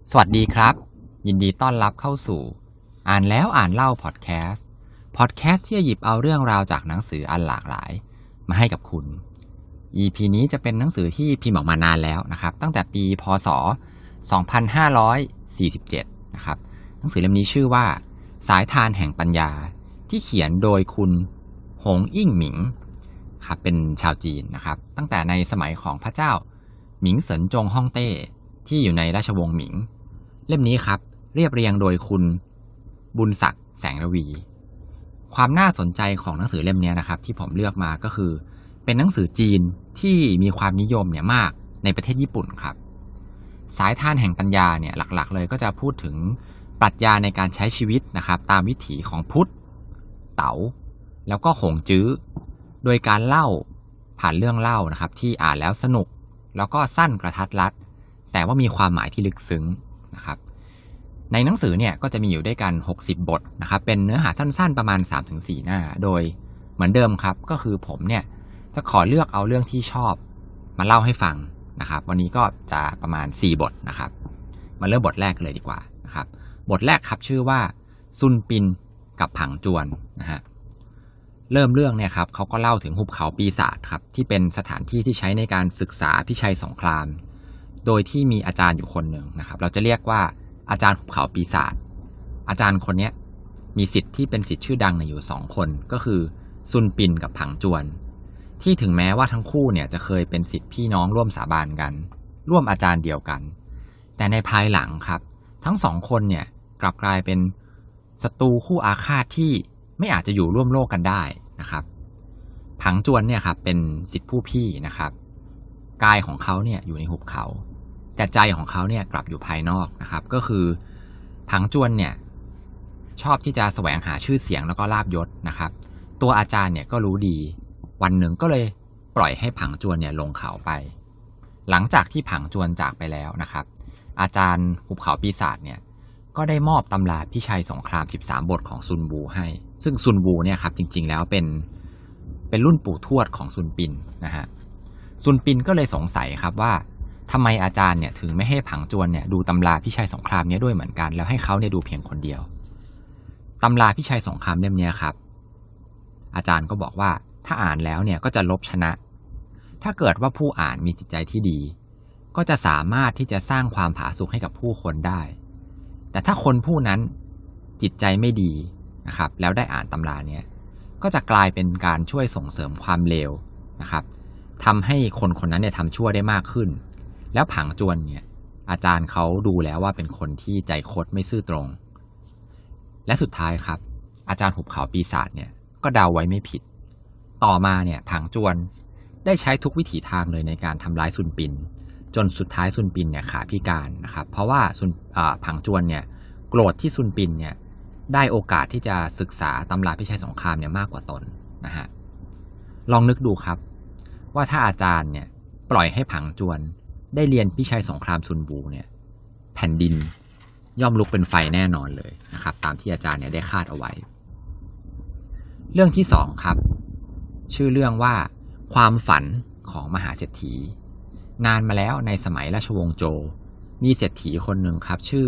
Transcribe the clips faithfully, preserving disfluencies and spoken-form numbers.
สวัสดีครับยินดีต้อนรับเข้าสู่อ่านแล้วอ่านเล่าพอดแคสต์พอดแคสต์ที่จะหยิบเอาเรื่องราวจากหนังสืออันหลากหลายมาให้กับคุณ อี พี นี้จะเป็นหนังสือที่พิมพ์ออกมานานแล้วนะครับตั้งแต่ปีพ.ศ. สองพันห้าร้อยสี่สิบเจ็ดนะครับหนังสือเล่มนี้ชื่อว่าสายทานแห่งปัญญาที่เขียนโดยคุณหงอิ่งหมิงครับเป็นชาวจีนนะครับตั้งแต่ในสมัยของพระเจ้าหมิงเสินจงฮ่องเต้ที่อยู่ในราชวงศ์หมิงเล่มนี้ครับเรียบเรียงโดยคุณบุญศักดิ์แสงระวีความน่าสนใจของหนังสือเล่มนี้นะครับที่ผมเลือกมาก็คือเป็นหนังสือจีนที่มีความนิยมเนี่ยมากในประเทศญี่ปุ่นครับสายทานแห่งปัญญาเนี่ยหลักๆเลยก็จะพูดถึงปรัชญาในการใช้ชีวิตนะครับตามวิถีของพุทธเต๋าแล้วก็หงจื้อโดยการเล่าผ่านเรื่องเล่านะครับที่อ่านแล้วสนุกแล้วก็สั้นกระทัดรัดแต่ว่ามีความหมายที่ลึกซึ้งนะครับในหนังสือเนี่ยก็จะมีอยู่ด้วยกันหกสิบบทนะครับเป็นเนื้อหาสั้นๆประมาณ สามถึงสี่ หน้าโดยเหมือนเดิมครับก็คือผมเนี่ยจะขอเลือกเอาเรื่องที่ชอบมาเล่าให้ฟังนะครับวันนี้ก็จะประมาณสี่บทนะครับมาเริ่มบทแรกเลยดีกว่านะครับบทแรกครับชื่อว่าซุนปินกับผังจวนนะฮะเริ่มเรื่องเนี่ยครับเขาก็เล่าถึงหุบเขาปีศาจครับที่เป็นสถานที่ที่ใช้ในการศึกษาพิชัยสงครามโดยที่มีอาจารย์อยู่คนหนึ่งนะครับเราจะเรียกว่าอาจารย์หุบเขาปีศาจอาจารย์คนนี้มีศิษย์ที่เป็นศิษย์ชื่อดังอยู่สองคนก็คือซุนปินกับผังจวนที่ถึงแม้ว่าทั้งคู่เนี่ยจะเคยเป็นศิษย์พี่น้องร่วมสาบานกันร่วมอาจารย์เดียวกันแต่ในภายหลังครับทั้งสองคนเนี่ยกลับกลายเป็นศัตรูคู่อาฆาตที่ไม่อาจจะอยู่ร่วมโลกกันได้นะครับผังจวนเนี่ยครับเป็นศิษย์ผู้พี่นะครับกายของเขาเนี่ยอยู่ในหุบเขาแต่ใจของเขาเนี่ยกลับอยู่ภายนอกนะครับก็คือผังจวนเนี่ยชอบที่จะแสวงหาชื่อเสียงแล้วก็ลาภยศนะครับตัวอาจารย์เนี่ยก็รู้ดีวันหนึ่งก็เลยปล่อยให้ผังจวนเนี่ยลงเขาไปหลังจากที่ผังจวนจากไปแล้วนะครับอาจารย์หุบเขาปีศาจเนี่ยก็ได้มอบตำราพิชัยสงครามสิบสามบทของซุนวูให้ซึ่งซุนวูเนี่ยครับจริงๆแล้วเป็นเป็นรุ่นปู่ทวดของซุนปินนะฮะซุนปินก็เลยสงสัยครับว่าทำไมอาจารย์เนี่ยถึงไม่ให้ผังจวนเนี่ยดูตำราพิชัยสงครามนี้ด้วยเหมือนกันแล้วให้เขาเนี่ยดูเพียงคนเดียวตำราพิชัยสงครามเล่มนี้ครับอาจารย์ก็บอกว่าถ้าอ่านแล้วเนี่ยก็จะลบชนะถ้าเกิดว่าผู้อ่านมีจิตใจที่ดีก็จะสามารถที่จะสร้างความผาสุกให้กับผู้คนได้แต่ถ้าคนผู้นั้นจิตใจไม่ดีนะครับแล้วได้อ่านตำราเนี่ยก็จะกลายเป็นการช่วยส่งเสริมความเลวนะครับทำให้คนคนนั้นเนี่ยทำชั่วได้มากขึ้นแล้วผังจวนเนี่ยอาจารย์เขาดูแล้วว่าเป็นคนที่ใจคดไม่ซื่อตรงและสุดท้ายครับอาจารย์หุบเขาปีศาจเนี่ยก็เดาไว้ไม่ผิดต่อมาเนี่ยผังจวนได้ใช้ทุกวิถีทางเลยในการทำร้ายซุนปินจนสุดท้ายซุนปินเนี่ยขาพิการนะครับเพราะว่าซุนผังจวนเนี่ยโกรธที่ซุนปินเนี่ยได้โอกาสที่จะศึกษาตำราพิชัยสงครามเนี่ยมากกว่าตนนะฮะลองนึกดูครับว่าถ้าอาจารย์เนี่ยปล่อยให้ผังจวนได้เรียนพิชัยสงครามซุนวูเนี่ยแผ่นดินย่อมลุกเป็นไฟแน่นอนเลยนะครับตามที่อาจารย์เนี่ยได้คาดเอาไว้เรื่องที่สองครับชื่อเรื่องว่าความฝันของมหาเศรษฐีนานมาแล้วในสมัยราชวงศ์โจวมีเศรษฐีคนหนึ่งครับชื่อ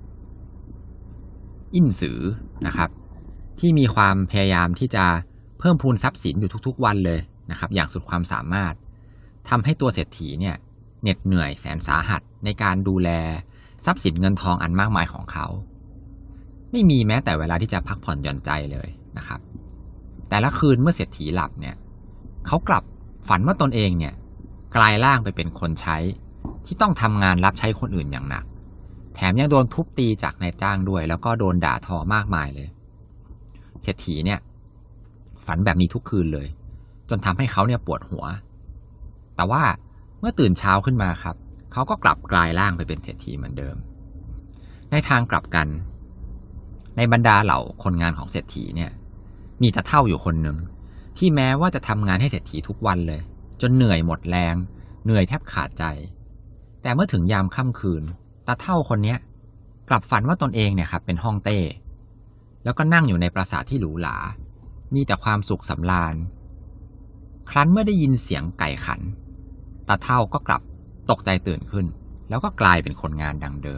อินซือนะครับที่มีความพยายามที่จะเพิ่มพูนทรัพย์สินอยู่ทุกๆวันเลยนะครับอย่างสุดความสามารถทำให้ตัวเศรษฐีเนี่ยเหน็ดเหนื่อยแสนสาหัสในการดูแลทรัพย์สินเงินทองอันมากมายของเขาไม่มีแม้แต่เวลาที่จะพักผ่อนหย่อนใจเลยนะครับแต่ละคืนเมื่อเศรษฐีหลับเนี่ยเขากลับฝันว่าตนเองเนี่ยกลายร่างไปเป็นคนใช้ที่ต้องทำงานรับใช้คนอื่นอย่างหนักแถมยังโดนทุบตีจากนายจ้างด้วยแล้วก็โดนด่าทอมากมายเลยเศรษฐีเนี่ยฝันแบบนี้ทุกคืนเลยจนทำให้เขาเนี่ยปวดหัวแต่ว่าเมื่อตื่นเช้าขึ้นมาครับเขาก็กลับกลายร่างไปเป็นเศรษฐีเหมือนเดิมในทางกลับกันในบรรดาเหล่าคนงานของเศรษฐีเนี่ยมีตาเฒ่าอยู่คนหนึ่งที่แม้ว่าจะทำงานให้เศรษฐีทุกวันเลยจนเหนื่อยหมดแรงเหนื่อยแทบขาดใจแต่เมื่อถึงยามค่ำคืนตาเฒ่าคนนี้กลับฝันว่าตนเองเนี่ยครับเป็นฮ่องเต้แล้วก็นั่งอยู่ในปราสาทที่หรูหรามีแต่ความสุขสำราญครั้นเมื่อได้ยินเสียงไก่ขันตาเฒ่าก็กลับตกใจตื่นขึ้นแล้วก็กลายเป็นคนงานดังเดิม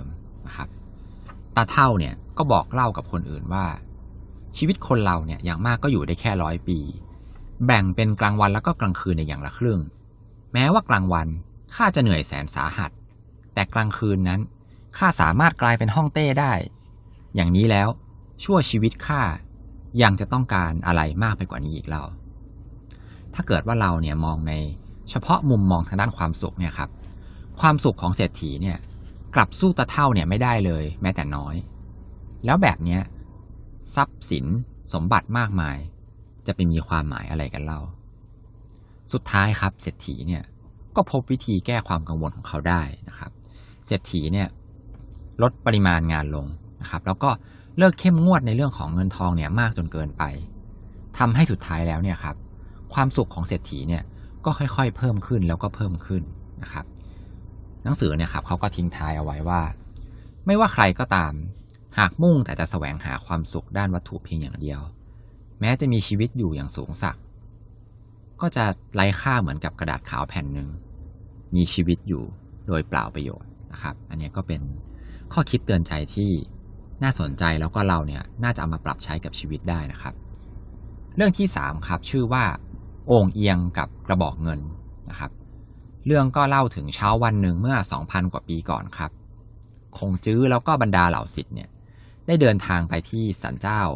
นะครับตาเฒ่าเนี่ยก็บอกเล่ากับคนอื่นว่าชีวิตคนเราเนี่ยอย่างมากก็อยู่ได้แค่ร้อยปีแบ่งเป็นกลางวันแล้วก็กลางคืนในอย่างละครึ่งแม้ว่ากลางวันข้าจะเหนื่อยแสนสาหัสแต่กลางคืนนั้นข้าสามารถกลายเป็นฮ่องเต้ได้อย่างนี้แล้วชั่วชีวิตข้ายังจะต้องการอะไรมากไปกว่านี้อีกเล่าถ้าเกิดว่าเราเนี่ยมองในเฉพาะมุมมองทางด้านความสุขเนี่ยครับความสุขของเศรษฐีเนี่ยกลับสู้ตาเฒ่าเนี่ยไม่ได้เลยแม้แต่น้อยแล้วแบบเนี้ยทรัพย์สินสมบัติมากมายจะไปมีความหมายอะไรกันเล่าสุดท้ายครับเศรษฐีเนี่ยก็พบวิธีแก้ความกังวลของเขาได้นะครับเศรษฐีเนี่ยลดปริมาณงานลงนะครับแล้วก็เลิกเข้มงวดในเรื่องของเงินทองเนี่ยมากจนเกินไปทำให้สุดท้ายแล้วเนี่ยครับความสุขของเศรษฐีเนี่ยก็ค่อยๆเพิ่มขึ้นแล้วก็เพิ่มขึ้นนะครับหนังสือเนี่ยครับเขาก็ทิ้งท้ายเอาไว้ว่าไม่ว่าใครก็ตามหากมุ่งแต่จะแสวงหาความสุขด้านวัตถุเพียงอย่างเดียวแม้จะมีชีวิตอยู่อย่างสูงสักก็จะไร้ค่าเหมือนกับกระดาษขาวแผ่นหนึ่งมีชีวิตอยู่โดยเปล่าประโยชน์นะครับอันนี้ก็เป็นข้อคิดเตือนใจที่น่าสนใจแล้วก็เราเนี่ยน่าจะเอามาปรับใช้กับชีวิตได้นะครับเรื่องที่สามครับชื่อว่าโอ่งเอียงกับกระบอกเงินนะครับเรื่องก็เล่าถึงเช้าวันหนึ่งเมื่อ สองพัน กว่าปีก่อนครับคงจื้อแล้วก็บรรดาเหล่าศิษย์เนี่ยได้เดินทางไปที่ศาลเจ้า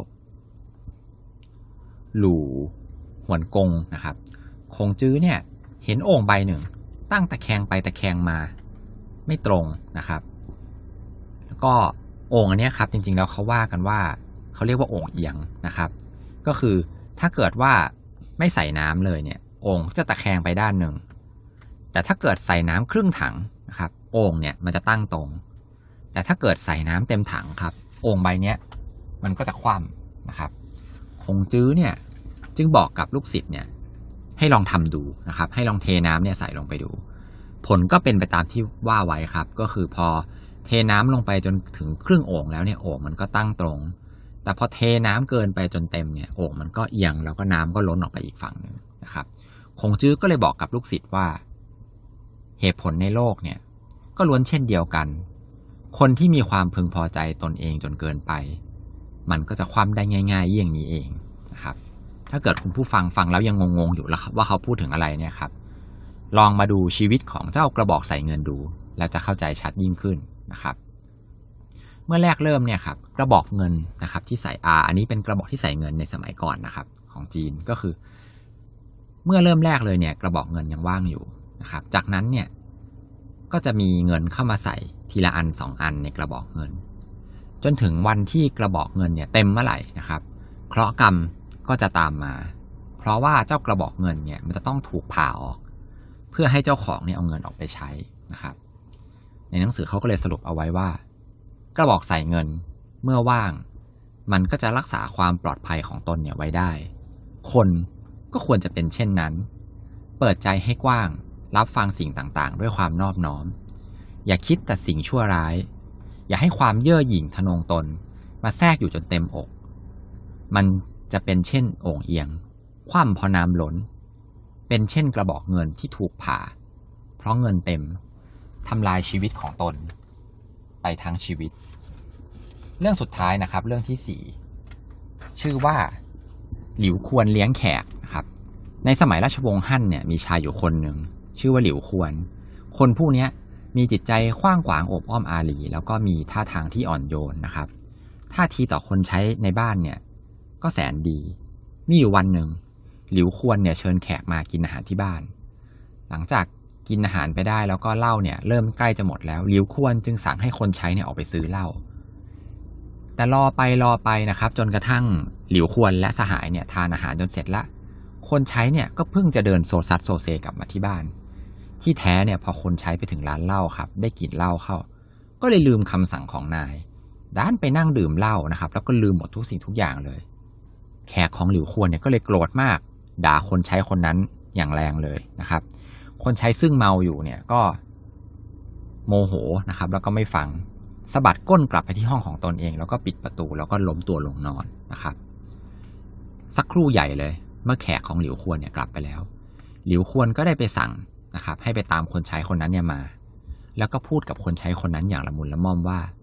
หลู่หวนกงนะครับคงจื้อเนี่ยเห็นโอ่งใบหนึ่งตั้งตะแคงไปตะแคงมาไม่ตรงนะครับแล้วก็โอ่งอันนี้ครับจริงๆแล้วเขาว่ากันว่าเขาเรียกว่าโอ่งเอียงนะครับก็คือถ้าเกิดว่าไม่ใส่น้ำเลยเนี่ยโอ่งจะตะแคงไปด้านหนึ่งแต่ถ้าเกิดใส่น้ำครึ่งถังนะครับโอ่งเนี่ยมันจะตั้งตรงแต่ถ้าเกิดใส่น้ำเต็มถังครับโอ่งใบเนี้ยมันก็จะคว่ำนะครับคงจื้อเนี่ยจึงบอกกับลูกศิษย์เนี่ยให้ลองทำดูนะครับให้ลองเทน้ำเนี่ยใส่ลงไปดูผลก็เป็นไปตามที่ว่าไว้ครับก็คือพอเทน้ำลงไปจนถึงครึ่งโอ่งแล้วเนี่ยโอ่งมันก็ตั้งตรงแต่พอเทน้ำเกินไปจนเต็มเนี่ยโอ่งมันก็เอียงแล้วก็น้ำก็ล้นออกไปอีกฝั่งหนึ่งนะครับคงจื้อก็เลยบอกกับลูกศิษย์ว่าเหตุผลในโลกเนี่ยก็ล้วนเช่นเดียวกันคนที่มีความพึงพอใจตนเองจนเกินไปมันก็จะคว่ำได้ง่ายๆอย่างนี้เองนะครับถ้าเกิดคุณผู้ฟังฟังแล้วยังงงๆอยู่แล้วว่าเขาพูดถึงอะไรเนี่ยครับลองมาดูชีวิตของเจ้ากระบอกใส่เงินดูแล้วจะเข้าใจชัดยิ่งขึ้นนะครับเมื่อแรกเริ่มเนี่ยครับกระบอกเงินนะครับที่ใส่อาอันนี้เป็นกระบอกที่ใส่เงินในสมัยก่อนนะครับของจีนก็คือเมื่อเริ่มแรกเลยเนี่ยกระบอกเงินยังว่างอยู่นะครับจากนั้นเนี่ยก็จะมีเงินเข้ามาใส่ทีละอันสองอันในกระบอกเงินจนถึงวันที่กระบอกเงินเนี่ยเต็มเมื่อไหร่นะครับเคราะห์กรรมก็จะตามมาเพราะว่าเจ้ากระบอกเงินเนี่ยมันจะต้องถูกผ่าออกเพื่อให้เจ้าของเนี่ยเอาเงินออกไปใช้นะครับในหนังสือเขาก็เลยสรุปเอาไว้ว่ากระบอกใส่เงินเมื่อว่างมันก็จะรักษาความปลอดภัยของตนเนี่ยไว้ได้คนก็ควรจะเป็นเช่นนั้นเปิดใจให้กว้างรับฟังสิ่งต่างๆด้วยความนอบน้อมอย่าคิดแต่สิ่งชั่วร้ายอย่าให้ความเย่อหยิ่งทะนงตนมาแทรกอยู่จนเต็มอกมันจะเป็นเช่นโอ่งเอียงคว่ำพอน้ำล้นเป็นเช่นกระบอกเงินที่ถูกผ่าเพราะเงินเต็มทำลายชีวิตของตนไปทั้งชีวิตเรื่องสุดท้ายนะครับเรื่องที่สี่ชื่อว่าหลิวควรเลี้ยงแขกนะครับในสมัยราชวงศ์ฮั่นเนี่ยมีชายอยู่คนหนึ่งชื่อว่าหลิวควรคนผู้นี้มีจิตใจกว้างขวางอบอ้อมอารีแล้วก็มีท่าทางที่อ่อนโยนนะครับท่าทีต่อคนใช้ในบ้านเนี่ยก็แสนดีมีอยู่วันหนึ่งหลิวควรเนี่ยเชิญแขกมากินอาหารที่บ้านหลังจากกินอาหารไปได้แล้วก็เหล้าเนี่ยเริ่มใกล้จะหมดแล้วหลิวควรจึงสั่งให้คนใช้เนี่ยออกไปซื้อเหล้าแต่รอไปรอไปนะครับจนกระทั่งหลิวควรและสหายเนี่ยทานอาหารจนเสร็จละคนใช้เนี่ยก็เพิ่งจะเดินโซซัดโซเซกลับมาที่บ้านที่แท้เนี่ยพอคนใช้ไปถึงร้านเหล้าครับได้กลิ่นเหล้าเข้าก็เลยลืมคำสั่งของนายด้านไปนั่งดื่มเหล้านะครับแล้วก็ลืมหมดทุกสิ่งทุกอย่างเลยแขกของหลิวควรเนี่ยก็เลยโกรธมากด่าคนใช้คนนั้นอย่างแรงเลยนะครับคนใช้ซึ่งเมาอยู่เนี่ยก็โมโหนะครับแล้วก็ไม่ฟังสะบัดก้นกลับไปที่ห้องของตนเองแล้วก็ปิดประตูแล้วก็ล้มตัวลงนอนนะครับสักครู่ใหญ่เลยเมื่อแขกของหลิวควรเนี่ยกลับไปแล้วหลิวควรก็ได้ไปสั่งนะครับให้ไปตามคนใช้คนนั้นเนี่ยมาแล้วก็พูดกับคนใช้คนนั้นอย่างละมุนละม่อมว่า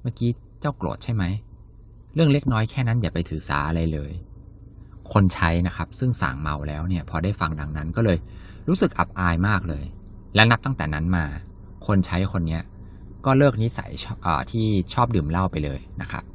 เมื่อกี้เจ้าโกรธใช่ไหมเรื่องเล็กน้อยแค่นั้นอย่าไปถือสาอะไรเลยคนใช้นะครับซึ่งส่างเมาแล้วเนี่ยพอได้ฟังดังนั้นก็เลยรู้สึกอับอายมากเลยและนับตั้งแต่นั้นมาคนใช้คนนี้ก็เลิกนิสัยที่ชอบดื่มเหล้าไปเลยนะครับ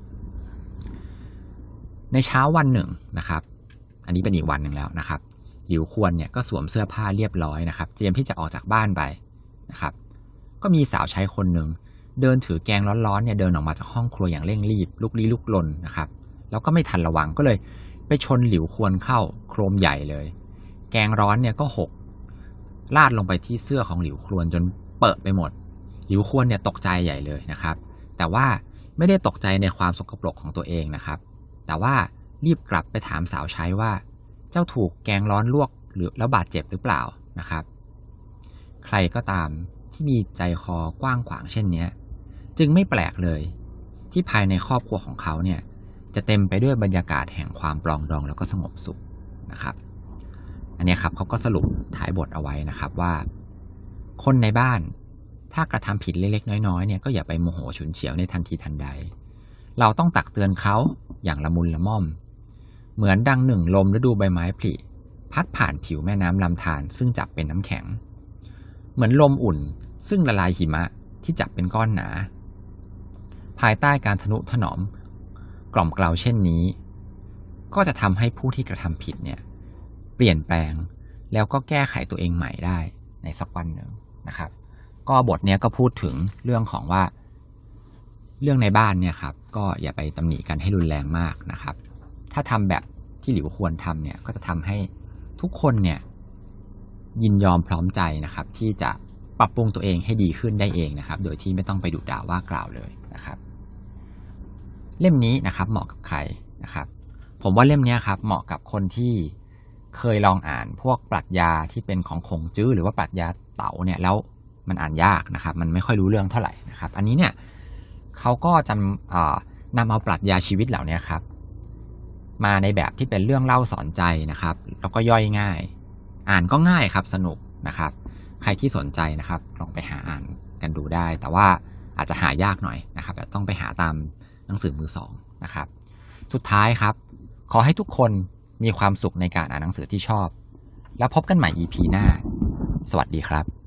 ในเช้าวันหนึ่งนะครับอันนี้เป็นอีกวันหนึ่งแล้วนะครับหลิวควรเนี่ยก็สวมเสื้อผ้าเรียบร้อยนะครับเตรียมที่จะออกจากบ้านไปนะครับก็มีสาวใช้คนหนึ่งเดินถือแกงร้อนๆเนี่ยเดินออกมาจากห้องครัวอย่างเร่งรีบลุกลี้ลุกลนนะครับแล้วก็ไม่ทันระวังก็เลยไปชนหลิวควรเข้าโครมใหญ่เลยแกงร้อนเนี่ยก็หกลาดลงไปที่เสื้อของหลิวควรจนเปิดไปหมดหลิวควรเนี่ยตกใจใหญ่เลยนะครับแต่ว่าไม่ได้ตกใจในความสกปรกของตัวเองนะครับแต่ว่ารีบกลับไปถามสาวใช้ว่าเจ้าถูกแกงร้อนลวกหรือแล้วบาดเจ็บหรือเปล่านะครับใครก็ตามที่มีใจคอกว้างขวางเช่นนี้จึงไม่แปลกเลยที่ภายในครอบครัวของเขาเนี่ยจะเต็มไปด้วยบรรยากาศแห่งความปรองดองแล้วก็สงบสุขนะครับอันนี้ครับเขาก็สรุปท้ายบทเอาไว้นะครับว่าคนในบ้านถ้ากระทำผิดเล็กๆน้อยๆเนี่ยก็อย่าไปโมโหฉุนเฉียวในทันทีทันใดเราต้องตักเตือนเขาอย่างละมุนละม่อมเหมือนดังหนึ่งลมฤดูใบไม้ผลิพัดผ่านผิวแม่น้ำลำธารซึ่งจับเป็นน้ำแข็งเหมือนลมอุ่นซึ่งละลายหิมะที่จับเป็นก้อนหนาภายใต้การทนุถนอมกล่อมเกลาเช่นนี้ก็จะทำให้ผู้ที่กระทำผิดเนี่ยเปลี่ยนแปลงแล้วก็แก้ไขตัวเองใหม่ได้ในสักวันหนึ่งนะครับก็บทนี้ก็พูดถึงเรื่องของว่าเรื่องในบ้านเนี่ยครับก็อย่าไปตำหนิกันให้รุนแรงมากนะครับถ้าทำแบบที่หลิวควรทำเนี่ยก็จะทำให้ทุกคนเนี่ยยินยอมพร้อมใจนะครับที่จะปรับปรุงตัวเองให้ดีขึ้นได้เองนะครับโดยที่ไม่ต้องไปดุด่าว่ากล่าวเลยนะครับเล่มนี้นะครับเหมาะกับใครนะครับผมว่าเล่มนี้ครับเหมาะกับคนที่เคยลองอ่านพวกปรัชญาที่เป็นของคงจื้อหรือว่าปรัชญาเต๋าเนี่ยแล้วมันอ่านยากนะครับมันไม่ค่อยรู้เรื่องเท่าไหร่นะครับอันนี้เนี่ยเขาก็จะนำเอาปรัชญาชีวิตเหล่านี้ครับมาในแบบที่เป็นเรื่องเล่าสอนใจนะครับแล้วก็ย่อยง่ายอ่านก็ง่ายครับสนุกนะครับใครที่สนใจนะครับลองไปหาอ่านกันดูได้แต่ว่าอาจจะหายากหน่อยนะครับต้องไปหาตามหนังสือมือสองนะครับสุดท้ายครับขอให้ทุกคนมีความสุขในการอ่านหนังสือที่ชอบแล้วพบกันใหม่ อี พี หน้าสวัสดีครับ